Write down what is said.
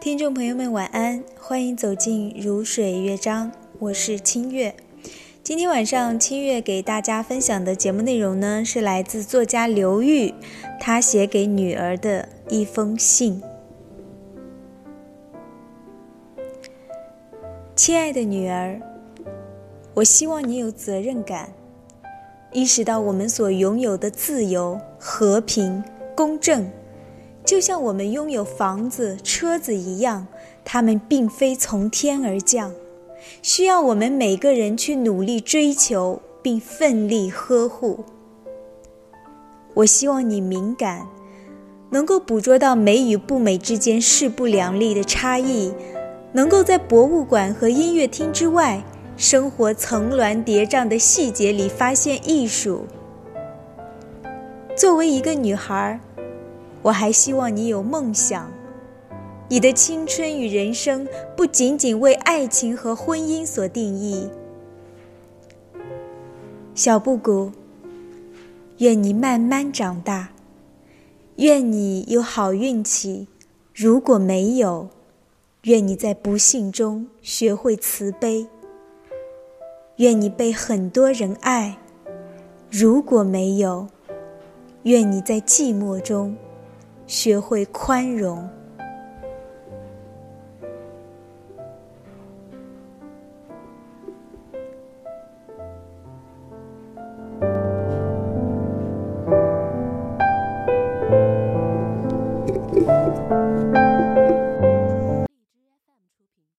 听众朋友们晚安，欢迎走进如水乐章，我是清月。今天晚上清月给大家分享的节目内容呢，是来自作家刘玉他写给女儿的一封信。亲爱的女儿，我希望你有责任感，意识到我们所拥有的自由、和平、公正，就像我们拥有房子、车子一样，它们并非从天而降，需要我们每个人去努力追求并奋力呵护。我希望你敏感，能够捕捉到美与不美之间势不两立的差异，能够在博物馆和音乐厅之外，生活层峦叠嶂的细节里发现艺术。作为一个女孩，我还希望你有梦想，你的青春与人生不仅仅为爱情和婚姻所定义。小布谷，愿你慢慢长大，愿你有好运气，如果没有，愿你在不幸中学会慈悲，愿你被很多人爱，如果没有，愿你在寂寞中学会宽容。